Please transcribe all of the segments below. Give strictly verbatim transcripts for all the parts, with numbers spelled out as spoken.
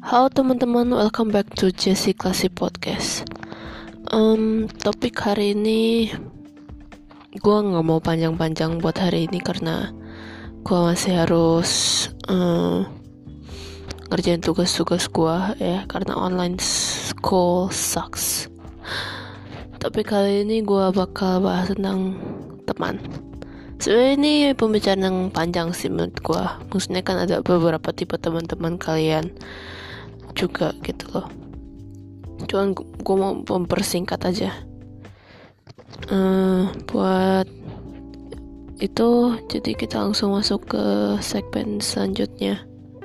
Halo teman-teman, welcome back to Jesse Classy Podcast. um, Topik hari ini gue gak mau panjang-panjang buat hari ini karena gue masih harus um, ngerjain tugas-tugas gue ya, karena online school sucks. Tapi kali ini gue bakal bahas tentang teman. Sebenarnya ini pembicaraan yang panjang sih menurut gue. Maksudnya kan ada beberapa tipe teman-teman kalian juga gitu loh. Cuman gue mau mempersingkat aja. uh, Buat itu, jadi kita langsung masuk ke segmen selanjutnya.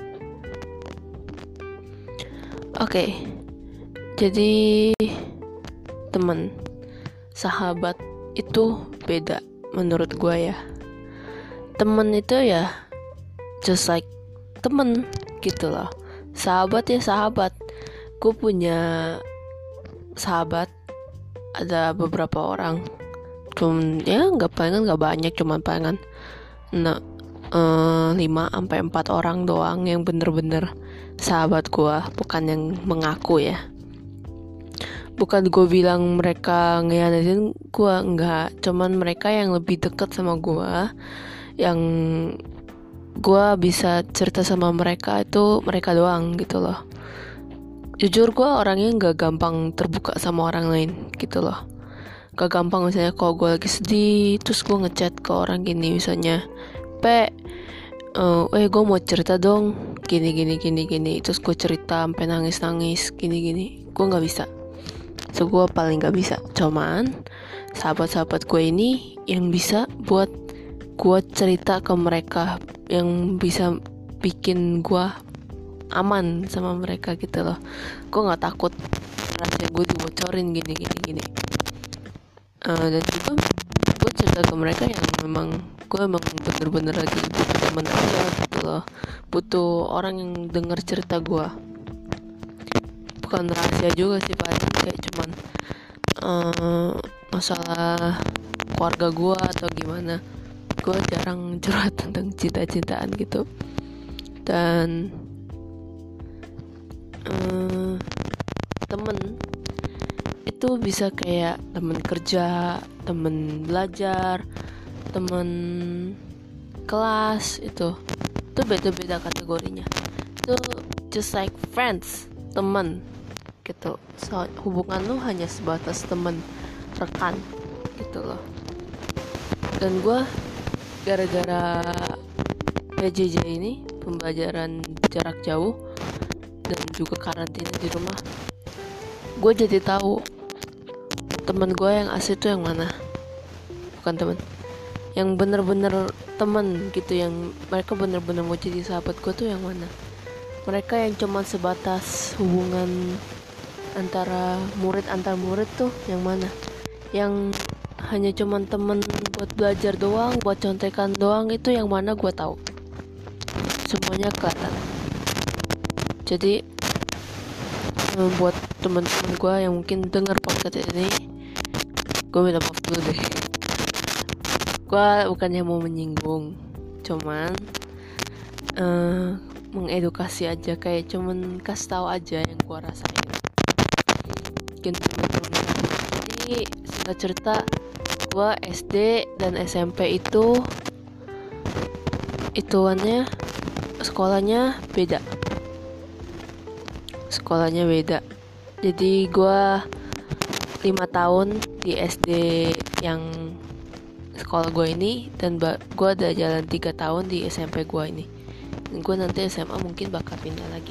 Oke, okay. Jadi teman, sahabat itu beda menurut gue ya. Temen itu ya just like temen gitu loh. Sahabat ya sahabat. Gue punya sahabat ada beberapa orang. Cuman ya nggak pengen nggak banyak, cuman pengen nah eh, lima sampai empat orang doang yang bener-bener sahabat gue, bukan yang mengaku ya. Bukan gue bilang mereka ngehianatin gue, enggak. Cuman mereka yang lebih dekat sama gue, yang gue bisa cerita sama mereka itu mereka doang gitu loh. Jujur gue orangnya gak gampang terbuka sama orang lain gitu loh. Gak gampang misalnya kalau gue lagi sedih terus gue ngechat ke orang gini misalnya, Pe, uh, eh gue mau cerita dong gini gini gini gini. Terus gue cerita sampai nangis nangis gini gini. Gue gak bisa. So gue paling gak bisa. Cuman sahabat-sahabat gue ini yang bisa buat gue cerita ke mereka, yang bisa bikin gue aman sama mereka gitu loh. Gue nggak takut rahasia gue dibocorin gini gini gini. Uh, dan juga gue cerita ke mereka yang memang gue emang bener-bener lagi butuh temen aja gitu loh. Butuh orang yang denger cerita gue. Bukan rahasia juga sih, paling kayak cuman uh, masalah keluarga gue atau gimana. Gue jarang curhat tentang cinta-cintaan gitu. Dan uh, temen itu bisa kayak temen kerja, temen belajar, temen kelas, itu itu beda-beda kategorinya. Itu just like friends, temen gitu. So, hubungan lu hanya sebatas temen, rekan gitu loh. Dan gue gara-gara P J J ini, pembelajaran jarak jauh, dan juga karantina di rumah, gue jadi tahu teman gue yang asli tuh yang mana. Bukan teman, yang bener-bener teman gitu, yang mereka bener-bener mau jadi sahabat gue tuh yang mana. Mereka yang cuma sebatas hubungan antara murid antar murid tuh yang mana. Yang hanya cuman temen buat belajar doang, buat contekan doang, itu yang mana gue tahu. Semuanya kelihatan. Jadi um, buat teman-teman gue yang mungkin dengar podcast ini, gue minta maaf dulu deh. Gue bukannya mau menyinggung, cuman uh, mengedukasi aja, kayak cuman kasih tahu aja yang gue rasain. Mungkin teman-teman. Jadi singkat cerita, gue S D dan S M P itu ituannya sekolahnya beda. Sekolahnya beda. Jadi gue lima tahun di S D yang sekolah gue ini, dan ba- gue ada jalan tiga tahun di S M P gue ini. Dan gue nanti S M A mungkin bakal pindah lagi.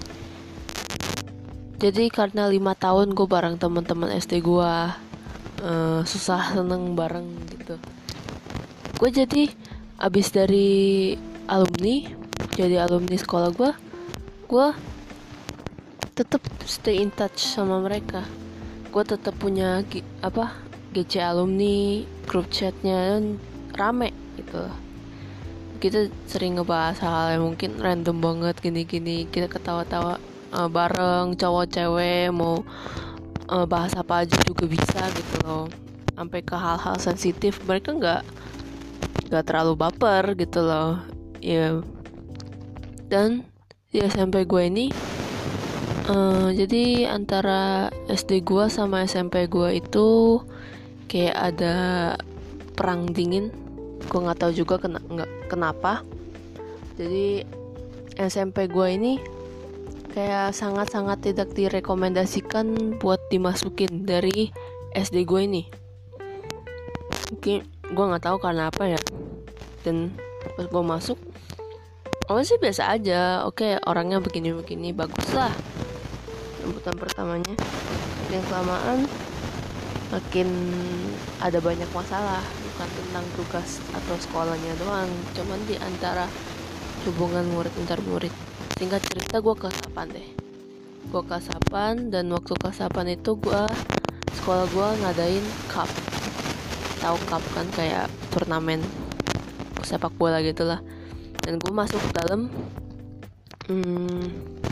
Jadi karena lima tahun gue bareng teman-teman S D gue, uh, susah seneng bareng gitu. Gue jadi abis dari alumni, jadi alumni sekolah gue, gue tetap stay in touch sama mereka. Gue tetap punya G- apa G C alumni, grup chatnya rame gitu. Kita sering ngebahas hal yang mungkin random banget gini-gini. Kita ketawa-tawa uh, bareng, cowok cewek mau uh, bahas apa aja juga bisa gitu loh. Sampai ke hal-hal sensitif mereka nggak nggak terlalu baper gitu loh ya. Dan di S M P gue ini uh, jadi antara S D gue sama S M P gue itu kayak ada perang dingin. Gue nggak tahu juga kena, nggak, kenapa. Jadi S M P gue ini kayak sangat-sangat tidak direkomendasikan buat dimasukin dari S D gue ini. Mungkin gue nggak tahu karena apa ya. Dan pas gue masuk, awalnya sih biasa aja. Oke, orangnya begini-begini, bagus lah sambutan pertamanya. Yang kelamaan makin ada banyak masalah, bukan tentang tugas atau sekolahnya doang, cuman di antara hubungan murid antar murid. Singkat cerita, gue kelas delapan deh. Gue kelas delapan, dan waktu kelas delapan itu gue sekolah gue ngadain cup. Tahu cup kan, kayak turnamen sepak bola gitulah. Dan gue masuk dalam hmm,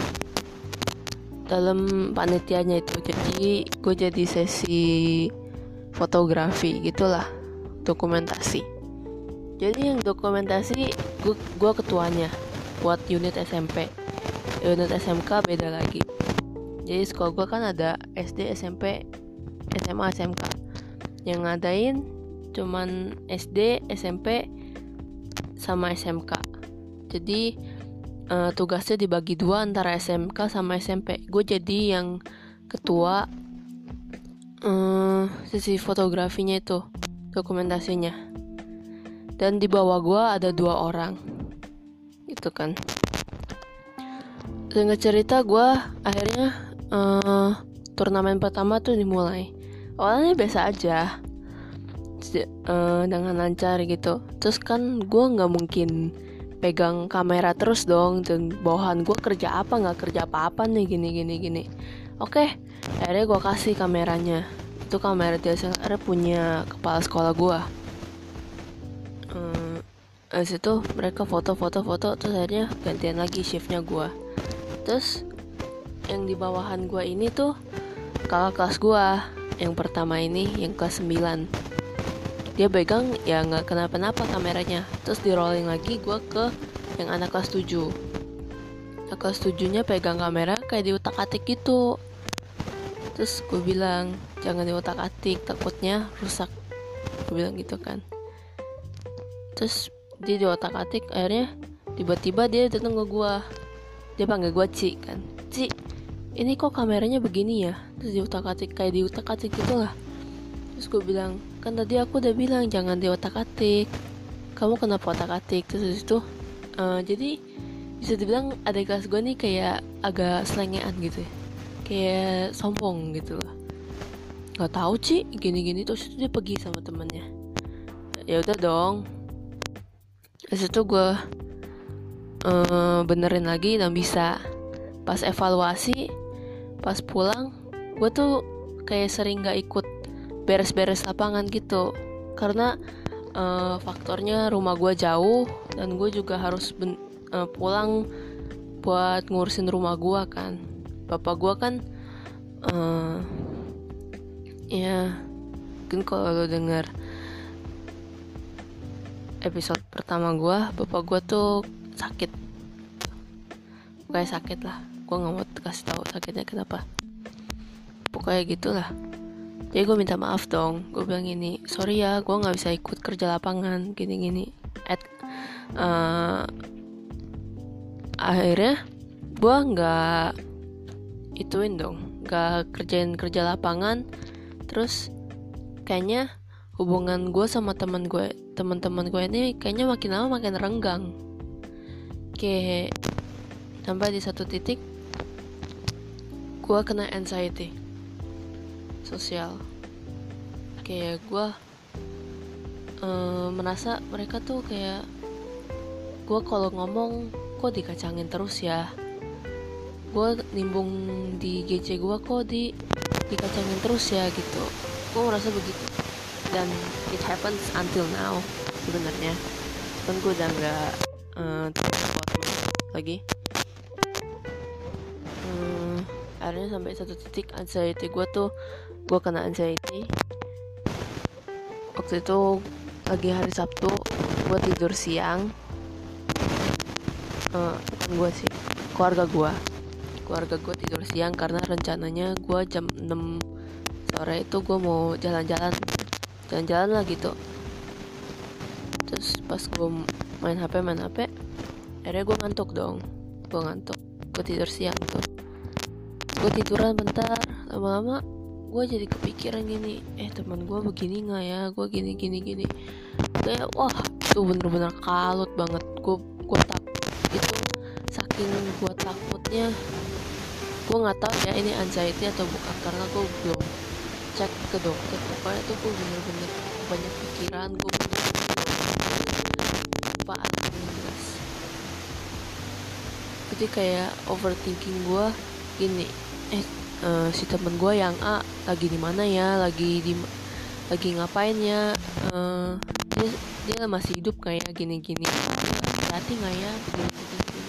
dalam panitianya itu. Jadi gue jadi sesi fotografi gitulah, dokumentasi. Jadi yang dokumentasi gue gue ketuanya buat unit S M P. Unit S M K beda lagi. Jadi sekolah gue kan ada S D, S M P, S M A, S M K. Yang ngadain cuman S D, S M P sama S M K. Jadi uh, tugasnya dibagi dua antara S M K sama S M P. Gue jadi yang ketua uh, sesi fotografinya itu, dokumentasinya. Dan di bawah gue ada dua orang, gitu kan. Singkat cerita, gue akhirnya uh, turnamen pertama tuh dimulai. Awalnya biasa aja, uh, dengan lancar gitu. Terus kan gue nggak mungkin pegang kamera terus dong, dan bawahan gue kerja apa nggak kerja apa-apa nih, gini gini gini. Oke, akhirnya gue kasih kameranya. Itu kamera D S L R punya kepala sekolah gue. Hmm, Habis itu mereka foto-foto-foto, terus akhirnya gantian lagi shiftnya gue. Terus yang di bawahan gue ini tuh kakak kelas gue, yang pertama ini, yang kelas sembilan. Dia pegang ya nggak kenapa-napa kameranya. Terus di rolling lagi gue ke yang anak kelas tujuh. Anak kelas tujuhnya pegang kamera kayak diutak-atik gitu. Terus gue bilang, jangan diutak-atik, takutnya rusak. Gue bilang gitu kan. Terus dia diutak-atik, akhirnya tiba-tiba dia datang ke gue. Dia panggil gue Ci kan. Ci, ini kok kameranya begini ya? Terus diutak-atik, kayak diutak-atik gitu lah. Terus gue bilang, kan tadi aku udah bilang jangan diutak-atik. Kamu kenapa utak-atik? Terus itu uh, jadi bisa dibilang adik kelas gue nih kayak agak selengean gitu ya. Kayak sombong gitu lah. Gak tahu Ci, gini-gini. Terus itu dia pergi sama temennya. Ya udah dong. Terus itu gue uh, benerin lagi dan bisa. Pas evaluasi, pas pulang, gue tuh kayak sering gak ikut beres-beres lapangan gitu. Karena uh, faktornya rumah gue jauh, dan gue juga harus ben- uh, pulang buat ngurusin rumah gue kan. Bapak gue kan uh, ya mungkin kalau lo denger episode pertama gue, bapak gue tuh sakit, kayak sakit lah. Gue nggak mau kasih tahu sakitnya kenapa, pokoknya gitulah. Jadi gue minta maaf dong. Gue bilang gini, sorry ya, gue nggak bisa ikut kerja lapangan gini-gini. At uh, akhirnya gue nggak ituin dong, nggak kerjain kerja lapangan. Terus kayaknya hubungan gue sama teman gue, teman-teman gue ini kayaknya makin lama makin renggang. Kayak sampai di satu titik gue kena anxiety sosial. Kayak gue uh, merasa mereka tuh kayak gue kalau ngomong kok dikacangin terus ya. Gue nimbung di G C gue kok di dikacangin terus ya gitu. Gue merasa begitu. Dan it happens until now sebenarnya. Kan gue udah nggak uh, lagi. Hmm, akhirnya sampai satu titik anxiety gue tuh, gue kena anxiety. Waktu itu lagi hari Sabtu, gue tidur siang. Uh, bukan gue sih, keluarga gue. keluarga gue tidur siang karena rencananya gue jam enam sore itu gue mau jalan-jalan jalan-jalan lah gitu. Terus pas gue main H P main H P akhirnya gue ngantuk dong, gue ngantuk, gue tidur siang tuh. Gue tiduran bentar, lama-lama gue jadi kepikiran gini, eh teman gue begini nggak ya, gue gini gini gini. Kayak wah itu bener-bener kalut banget. Gue gue tak itu saking gue takutnya, gue nggak tahu ya ini anxiety atau bukan karena gue belum cek ke dokter. Pokoknya tuh gue bener-bener banyak pikiran, gue lupa jelas. Jadi kayak overthinking gue gini, eh uh, si temen gue yang A lagi di mana ya, lagi di lagi ngapain ya, uh, dia dia masih hidup kayak gini-gini, berarti nggak ya begini-begini.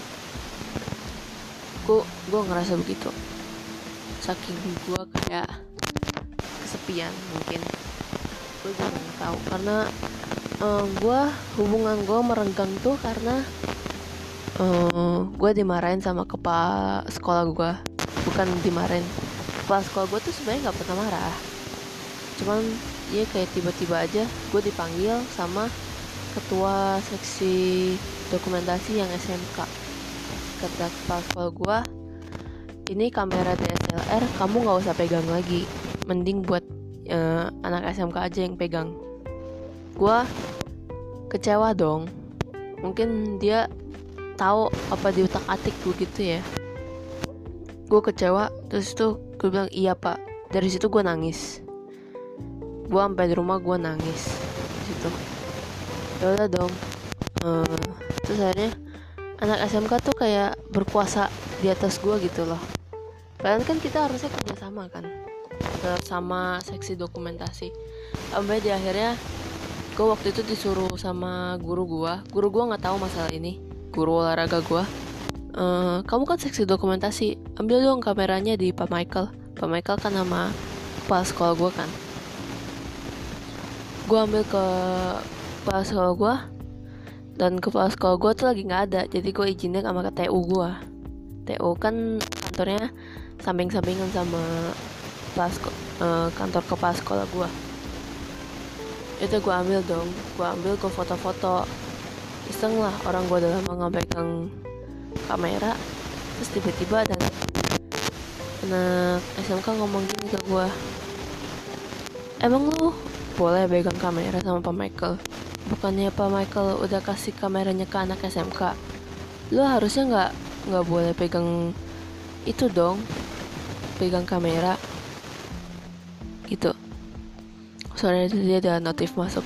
Gue gue ngerasa begitu, saking gue kayak kesepian mungkin. Gue juga nggak tahu karena uh, gue hubungan gue merenggang tuh karena uh, gue dimarahin sama kepala sekolah gue. Bukan dimarahin, kepala sekolah gue tuh sebenarnya nggak pernah marah, cuman dia kayak tiba-tiba aja gue dipanggil sama ketua seksi dokumentasi yang S M K. Kata kepala sekolah gue, ini kamera D S L R kamu nggak usah pegang lagi, mending buat uh, anak S M K aja yang pegang. Gue kecewa dong, mungkin dia tahu apa di utak atik gue gitu ya. Gue kecewa, terus tuh gue bilang iya pak. Dari situ gue nangis, gue sampai di rumah gue nangis di situ. Ya udah dong, uh, terus akhirnya anak S M K tuh kayak berkuasa di atas gue gitu loh. Padahal kan kita harusnya kerjasama kan, sama seksi dokumentasi. Sampai di akhirnya gue waktu itu disuruh sama guru gue, guru gue nggak tahu masalah ini, guru olahraga gue. Uh, kamu kan seksi dokumentasi, ambil dong kameranya di Pak Michael. Pak Michael kan nama kepala sekolah gue kan. Gue ambil ke kepala sekolah gue, dan kepala sekolah gue tuh lagi nggak ada. Jadi gue izinnya sama ke T U gue. T U kan kantornya samping-sampingan sama kepala seko- uh, kantor kepala sekolah gue. Itu gue ambil dong, gue ambil gue foto-foto. Iseng lah, orang gue udah lama nggak pegang kamera. Terus tiba-tiba ada anak S M K ngomong gini ke gue, emang lu boleh pegang kamera sama Pak Michael? Bukannya Pak Michael udah kasih kameranya ke anak S M K, lu harusnya nggak nggak boleh pegang itu dong, pegang kamera gitu. Soalnya itu dia ada notif masuk.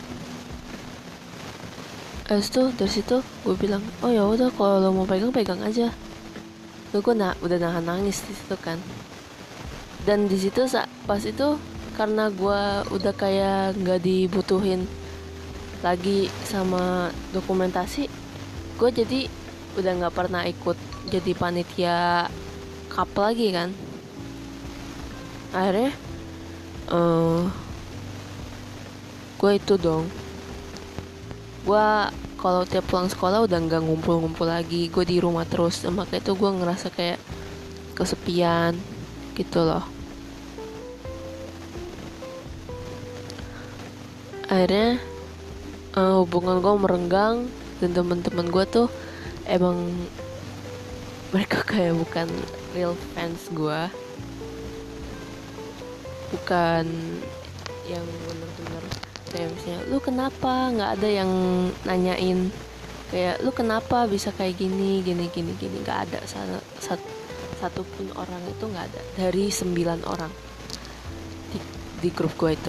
Terus tuh dari situ gue bilang, oh ya udah kalau lo mau pegang pegang aja. Gue nah, udah nahan nangis di situ kan. Dan di situ pas itu karena gue udah kayak nggak dibutuhin lagi sama dokumentasi, gue jadi udah nggak pernah ikut jadi panitia cup lagi kan. Akhirnya uh, gue itu dong, gue kalau tiap pulang sekolah udah nggak ngumpul-ngumpul lagi, gue di rumah terus. Makanya itu gue ngerasa kayak kesepian gitu loh. Akhirnya uh, hubungan gue merenggang, dan teman-teman gue tuh emang mereka kayak bukan real fans gue, bukan yang bener-bener kayak misalnya lu kenapa, nggak ada yang nanyain kayak lu kenapa bisa kayak gini gini gini gini. Nggak ada satu, satu, satu pun orang itu nggak ada dari sembilan orang di, di grup gue itu.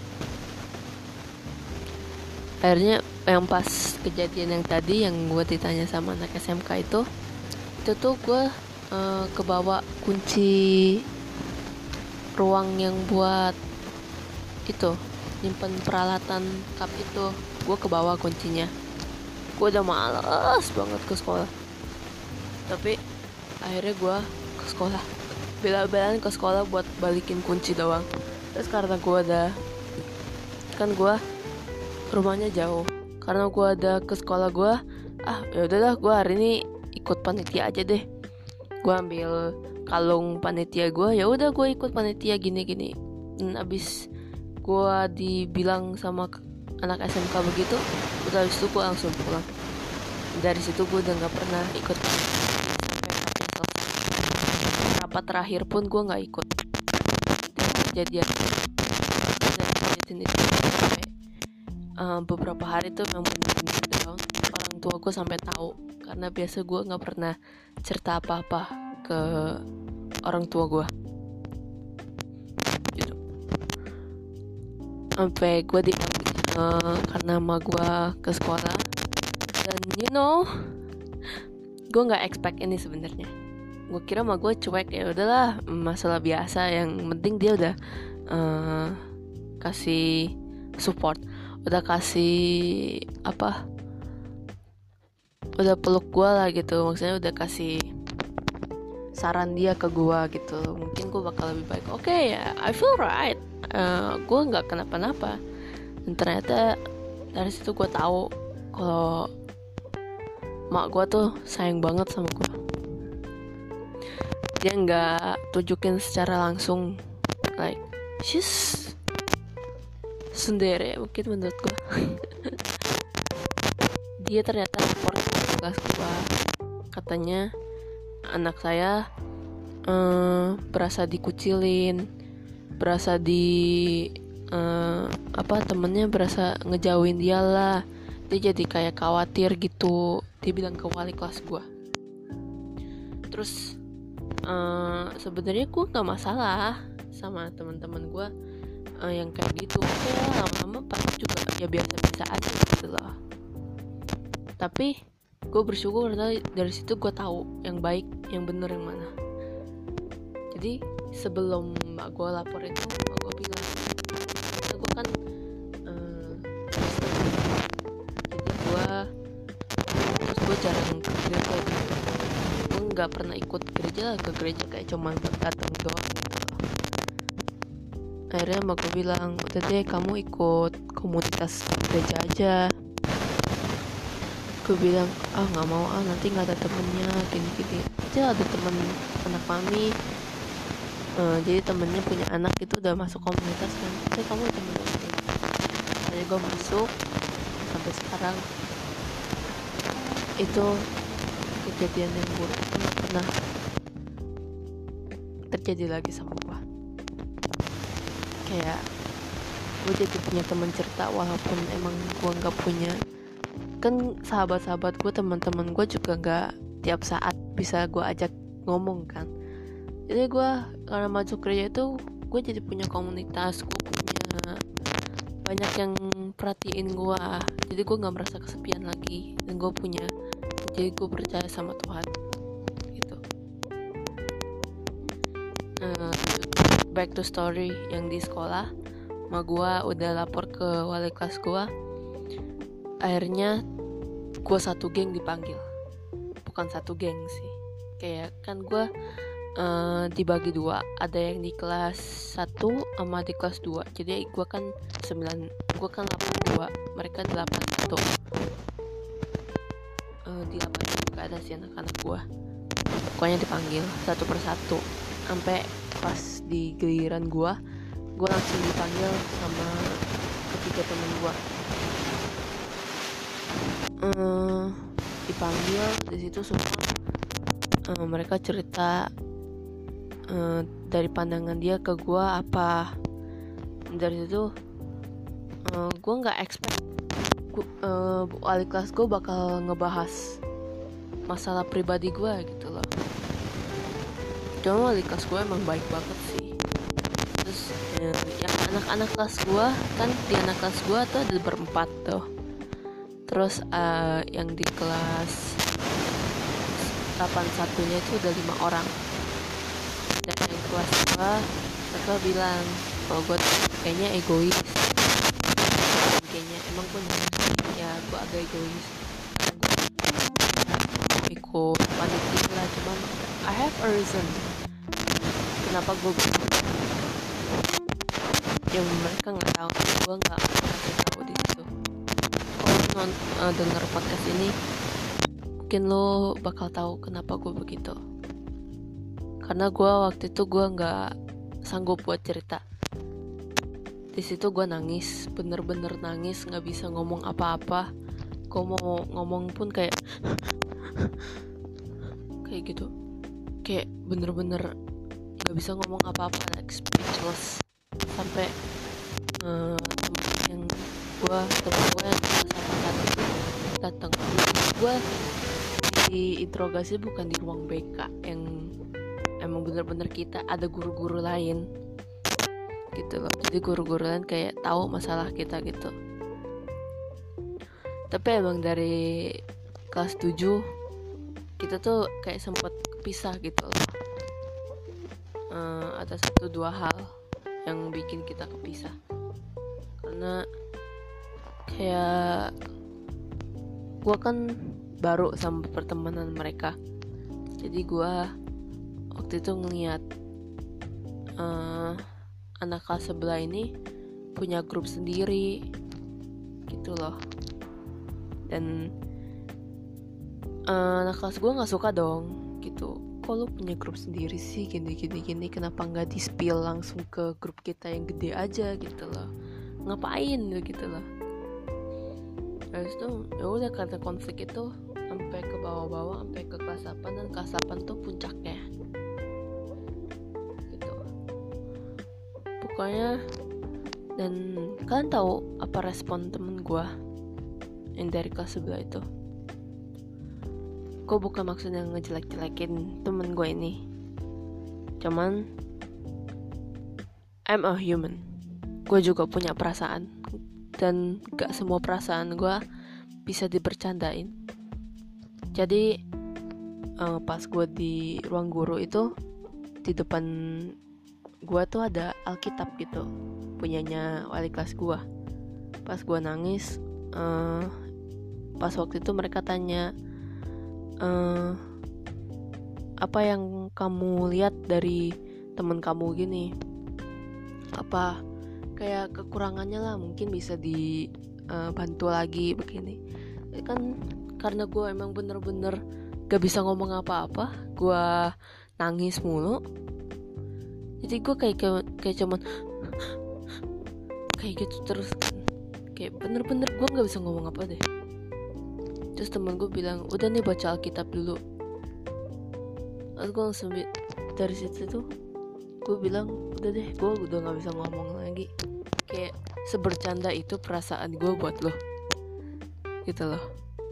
Akhirnya yang pas kejadian yang tadi yang gue ditanya sama anak S M K itu itu tuh gue uh, kebawa kunci ruang yang buat itu nyimpen peralatan cup itu, gue kebawa kuncinya. Gue udah males banget ke sekolah, tapi akhirnya gue ke sekolah, bela-belaan ke sekolah buat balikin kunci doang. Terus karena gue ada kan gue rumahnya jauh, karena gue ada ke sekolah gue, ah ya udahlah gue hari ini ikut panitia aja deh. Gue ambil kalung panitia gue, ya udah gue ikut panitia gini-gini. Dan abis gue dibilang sama anak S M K begitu, udah abis itu gue langsung pulang. Dari situ gue udah nggak pernah ikut panitia sampai rapat selesai. Rapat terakhir pun gue nggak ikut. Kejadian kejadian itu sampai uh, beberapa hari tuh memang benar-benar down. Orang tua gue sampai tahu, karena biasa gue nggak pernah cerita apa-apa ke orang tua gue gitu. Sampai gue dipanggil uh, karena nama gue ke sekolah, dan you know gue nggak expect ini sebenarnya. Gue kira sama gue cuek, ya udahlah, masalah biasa, yang penting dia udah uh, kasih support, udah kasih apa, udah peluk gue lah gitu, maksudnya udah kasih saran dia ke gue gitu, mungkin gue bakal lebih baik. Oke okay, ya, I feel right, uh, gue nggak kenapa-napa. Dan ternyata dari situ gue tahu kalau mak gue tuh sayang banget sama gue. Dia nggak tunjukin secara langsung, like she's sendiri mungkin menurut gue. Dia ternyata support kelas gue, katanya anak saya uh, berasa dikucilin, berasa di uh, apa temennya berasa ngejauhin dia lah. Dia jadi kayak khawatir gitu. Dia bilang ke wali kelas gue. Terus uh, sebenarnya gue nggak masalah sama teman-teman gue uh, yang kayak gitu. Ya lama-lama pasti juga ya biasa-biasa aja gitu loh. Tapi gue bersyukur dari, dari situ gue tahu yang baik, yang bener yang mana. Jadi sebelum mbak gue lapor itu, mbak gue bilang, karena gue kan uh, jadi gue terus gue jarang ke gereja gitu. Gue nggak pernah ikut gereja, ke gereja kayak cuman datang doang gitu. Akhirnya mbak gue bilang, udah deh kamu ikut komunitas gereja aja. Gue bilang, ah nggak mau ah, nanti nggak ada temennya gini-gini. Aja ada temen anak mami, uh, jadi temennya punya anak itu udah masuk komunitas kan. Jadi kamu temen aku. Jadi gue masuk sampai sekarang. Itu kejadian yang buruk itu nggak pernah terjadi lagi sama gue. Kayak gue jadi punya teman cerita walaupun emang gue nggak punya. Kan sahabat-sahabat gue, teman-teman gue juga nggak tiap saat bisa gue ajak ngomong kan. Jadi gue karena masuk gereja itu gue jadi punya komunitas, gue punya banyak yang perhatiin gue, jadi gue nggak merasa kesepian lagi. Dan gue punya, jadi gue percaya sama Tuhan gitu. Uh, back to story yang di sekolah, ma gue udah lapor ke wali kelas gue. Akhirnya gue satu geng dipanggil, bukan satu geng sih, kayak kan gue uh, dibagi dua, ada yang di kelas satu sama di kelas dua. Jadi gue kan sembilan, gue kan delapan dua, mereka delapan satu. Uh, di delapan juga ada sih anak-anak gue. Pokoknya dipanggil satu persatu, sampai pas di giliran gue, gue langsung dipanggil sama ketiga temen gue. Uh, dipanggil di situ semua, uh, mereka cerita uh, dari pandangan dia ke gue apa. Dari situ uh, gue nggak expect gua, uh, wali kelas gue bakal ngebahas masalah pribadi gue gitu loh. Cuma wali kelas gue emang baik banget sih. Terus uh, yang anak-anak kelas gue kan, di anak kelas gue tuh ada berempat tuh. Terus uh, yang di kelas delapan satunya itu udah lima orang. Dan yang kelas dua, mereka bilang kalau gue kayaknya egois. Kayaknya emang gue sih, ya gue agak egois. Gue ikut panitia lah, cuma I have a reason kenapa gue begitu. Yang mereka nggak tahu, gue nggak kasih tahu di situ. Non, uh, denger podcast ini mungkin lo bakal tahu kenapa gue begitu. karena gue waktu itu gue nggak sanggup buat cerita. Di situ gue nangis, bener-bener nangis, nggak bisa ngomong apa-apa. Gue mau ngomong pun kayak kayak gitu, kayak bener-bener nggak bisa ngomong apa-apa, like speechless. Sampai uh, temen yang gue temen gue yang sama tadi datang. Gue diinterogasi bukan di ruang B K yang emang bener-bener kita ada guru-guru lain gitu loh. Jadi guru-guru lain kayak tahu masalah kita gitu. Tapi emang dari kelas tujuh kita tuh kayak sempat kepisah gitu loh. Uh, ada satu dua hal yang bikin kita kepisah. Karena kayak gue kan baru sama pertemanan mereka. Jadi gue waktu itu ngeliat uh, anak kelas sebelah ini punya grup sendiri gitu loh. Dan uh, anak kelas gue gak suka dong gitu. Kok lu punya grup sendiri sih, gini gini gini, kenapa gak di spill langsung ke grup kita yang gede aja gitu loh, ngapain gitu loh. Terus tuh ya udah, karena konflik itu sampai ke bawah-bawah, sampai ke kelas delapan, dan kelas delapan tuh puncaknya gitu pokoknya. Dan kalian tahu apa respon temen gue yang dari kelas sebelah itu? Gue bukan maksudnya ngejelek-jelekin temen gue ini, cuman I'm a human, gue juga punya perasaan, dan gak semua perasaan gue bisa dibercandain. Jadi uh, pas gue di ruang guru itu, di depan gue tuh ada Alkitab gitu, punyanya wali kelas gue. Pas gue nangis, uh, pas waktu itu mereka tanya, uh, apa yang kamu lihat dari temen kamu gini, apa kayak kekurangannya lah, mungkin bisa dibantu uh, lagi begini. Kan karena gue emang bener-bener gak bisa ngomong apa-apa, gue nangis mulu. Jadi gue kayak kayak, kayak cuman kayak gitu terus kan. Kayak bener-bener gue gak bisa ngomong apa deh. Terus temen gue bilang, udah nih baca Alkitab dulu. Terus gue langsung dari situ tuh gue bilang, udah deh, gue udah gak bisa ngomong lagi. Kayak sebercanda itu perasaan gue buat lo gitu loh.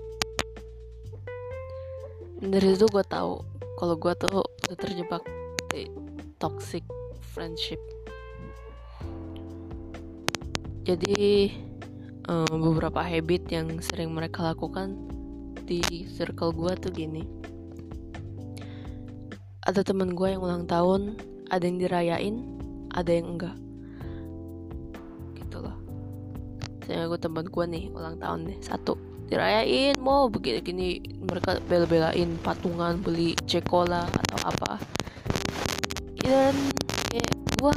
Dari situ gue tahu kalau gue tuh udah terjebak di toxic friendship. Jadi um, beberapa habit yang sering mereka lakukan di circle gue tuh gini. Ada teman gue yang ulang tahun, ada yang dirayain, ada yang enggak gitu loh. Misalnya gue teman gue nih ulang tahun nih satu, dirayain mau begini-gini, mereka bela-belain patungan, beli cekola atau apa. Dan kayak gue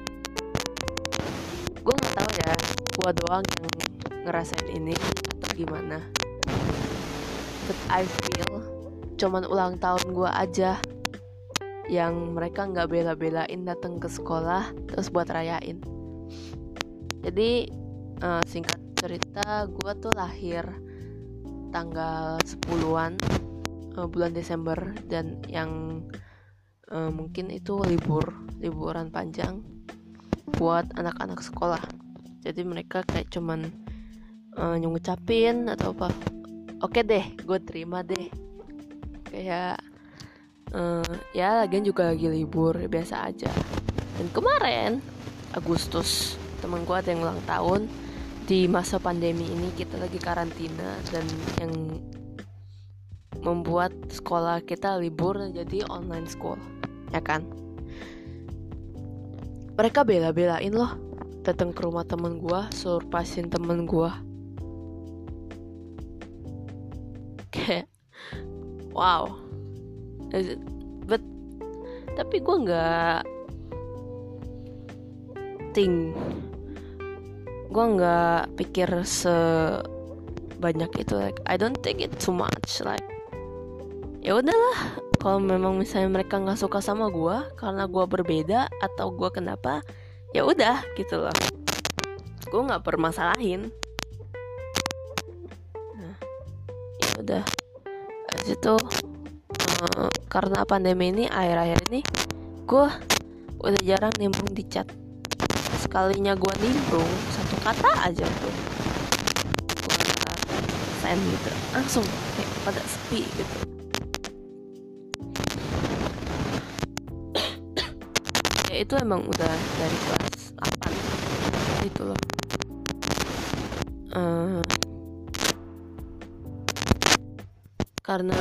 gue nggak tahu ya, gue doang yang ngerasain ini atau gimana. But I feel cuman ulang tahun gue aja yang mereka nggak bela-belain datang ke sekolah terus buat rayain. Jadi uh, singkat cerita, gue tuh lahir tanggal sepuluhan uh, bulan Desember, dan yang uh, mungkin itu libur liburan panjang buat anak-anak sekolah. Jadi mereka kayak cuman uh, ngucapin atau apa, oke deh, gue terima deh, kayak uh, ya lagian juga lagi libur, biasa aja. Dan kemarin Agustus temen gue ada yang ulang tahun. Di masa pandemi ini kita lagi karantina, dan yang membuat sekolah kita libur jadi online school, ya kan? Mereka bela-belain loh datang ke rumah temen gue, surprisein temen gue. Kayak wow. But tapi gue nggak think gue nggak pikir sebanyak itu, like I don't think it too much, like ya udahlah, kalau memang misalnya mereka nggak suka sama gue karena gue berbeda atau gue kenapa, ya udah gitu loh, gue nggak permasalahin. Nah, ya udah. Habis itu uh, karena pandemi ini, akhir-akhir ini gue udah jarang nimbrung di chat. Sekalinya gue nimbrung satu kata aja tuh gue send gitu, langsung kayak pada sepi gitu. Ya itu emang udah dari kelas delapan gitu loh. uh, karena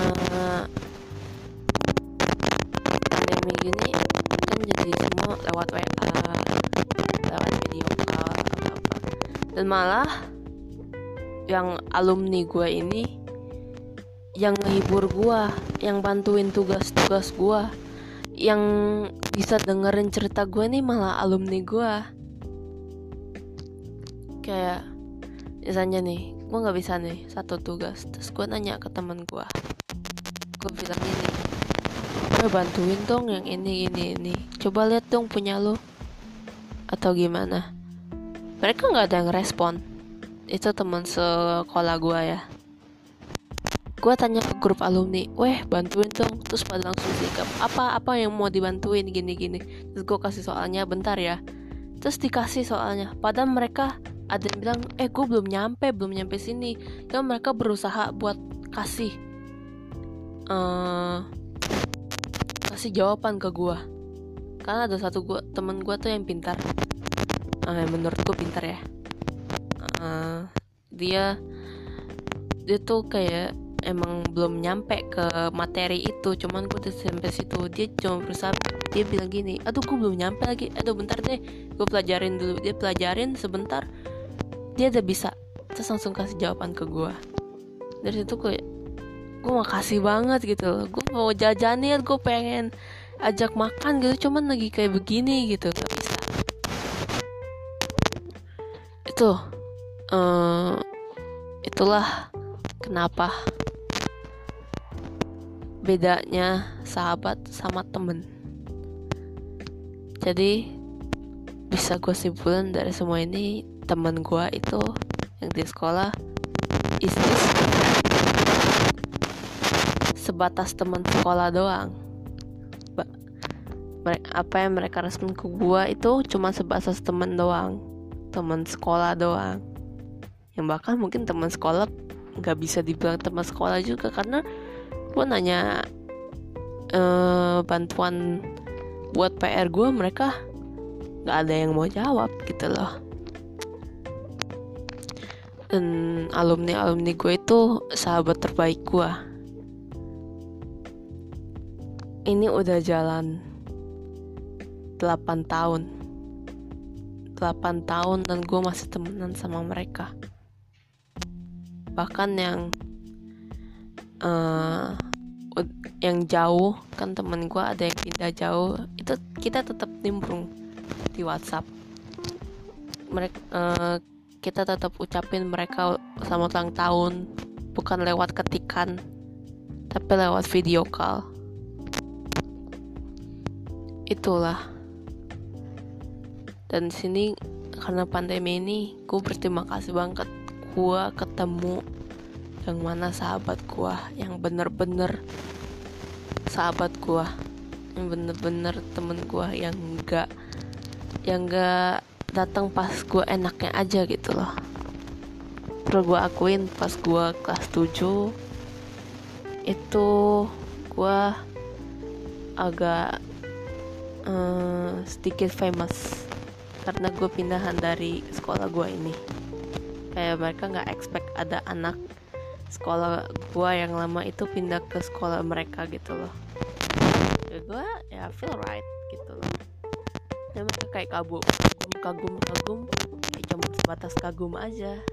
pandemi gini kan jadi semua lewat W A, lewat video call apa-apa. Dan malah yang alumni gue ini yang ngehibur gue, yang bantuin tugas-tugas gue, yang bisa dengerin cerita gue nih malah alumni gue. Kayak misalnya nih, gue nggak bisa nih satu tugas, terus gue nanya ke teman gue, gue bilang gini, gue bantuin dong yang ini ini ini, coba lihat dong punya lo atau gimana. Mereka nggak ada yang respon. Itu teman sekolah gue ya. Gue tanya ke grup alumni, weh bantuin dong, terus pada langsung sikap apa apa yang mau dibantuin gini gini. Terus gue kasih soalnya, bentar ya, terus dikasih soalnya. Padahal mereka ada yang bilang, eh gue belum nyampe belum nyampe sini. Ya mereka berusaha buat kasih uh, kasih jawaban ke gue. Karena ada satu gua, temen gue tuh yang pintar, uh, menurut gue pintar ya. Uh, dia dia tuh kayak emang belum nyampe ke materi itu, cuman gue udah sampai situ. Dia cuma berusaha, dia bilang gini, aduh gue belum nyampe lagi, aduh bentar deh gue pelajarin dulu. Dia pelajarin sebentar, dia udah bisa, terus langsung kasih jawaban ke gue. Dari situ gue gue makasih banget gitu. Gue mau jajanin, gue pengen ajak makan gitu, cuman lagi kayak begini gitu, gak bisa. Itu uh, itulah kenapa bedanya sahabat sama temen. Jadi bisa gue simpulin dari semua ini, temen gue itu yang di sekolah is just sebatas teman sekolah doang. Ba- apa yang mereka respon ke gue itu cuma sebatas teman doang, teman sekolah doang. Yang bahkan mungkin teman sekolah nggak bisa dibilang teman sekolah juga, karena gue nanya uh, bantuan buat P R gue, mereka nggak ada yang mau jawab gitu loh. Dan alumni alumni gue itu sahabat terbaik gue. Ini udah jalan delapan tahun delapan tahun dan gue masih temenan sama mereka. Bahkan yang Uh, yang jauh kan, temen gue ada yang pindah jauh, itu kita tetap nimbrung di WhatsApp. Mereka uh, kita tetap ucapin mereka selamat ulang tahun, bukan lewat ketikan tapi lewat video call. Itulah. Dan sini karena pandemi ini, gue berterima kasih banget gue ketemu yang mana sahabat gua, yang bener-bener sahabat gua, yang bener-bener temen gua, yang enggak yang enggak datang pas gua enaknya aja gitu loh. Perlu gua akuin, pas gua kelas tujuh itu gua agak uh, sedikit famous karena gua pindahan dari sekolah gua ini. Kayak mereka nggak expect ada anak sekolah gue yang lama itu pindah ke sekolah mereka gitu loh. Ya gue ya feel right gitu loh. Ya mereka kayak kagum, kagum, kagum, kayak cuma sebatas kagum aja.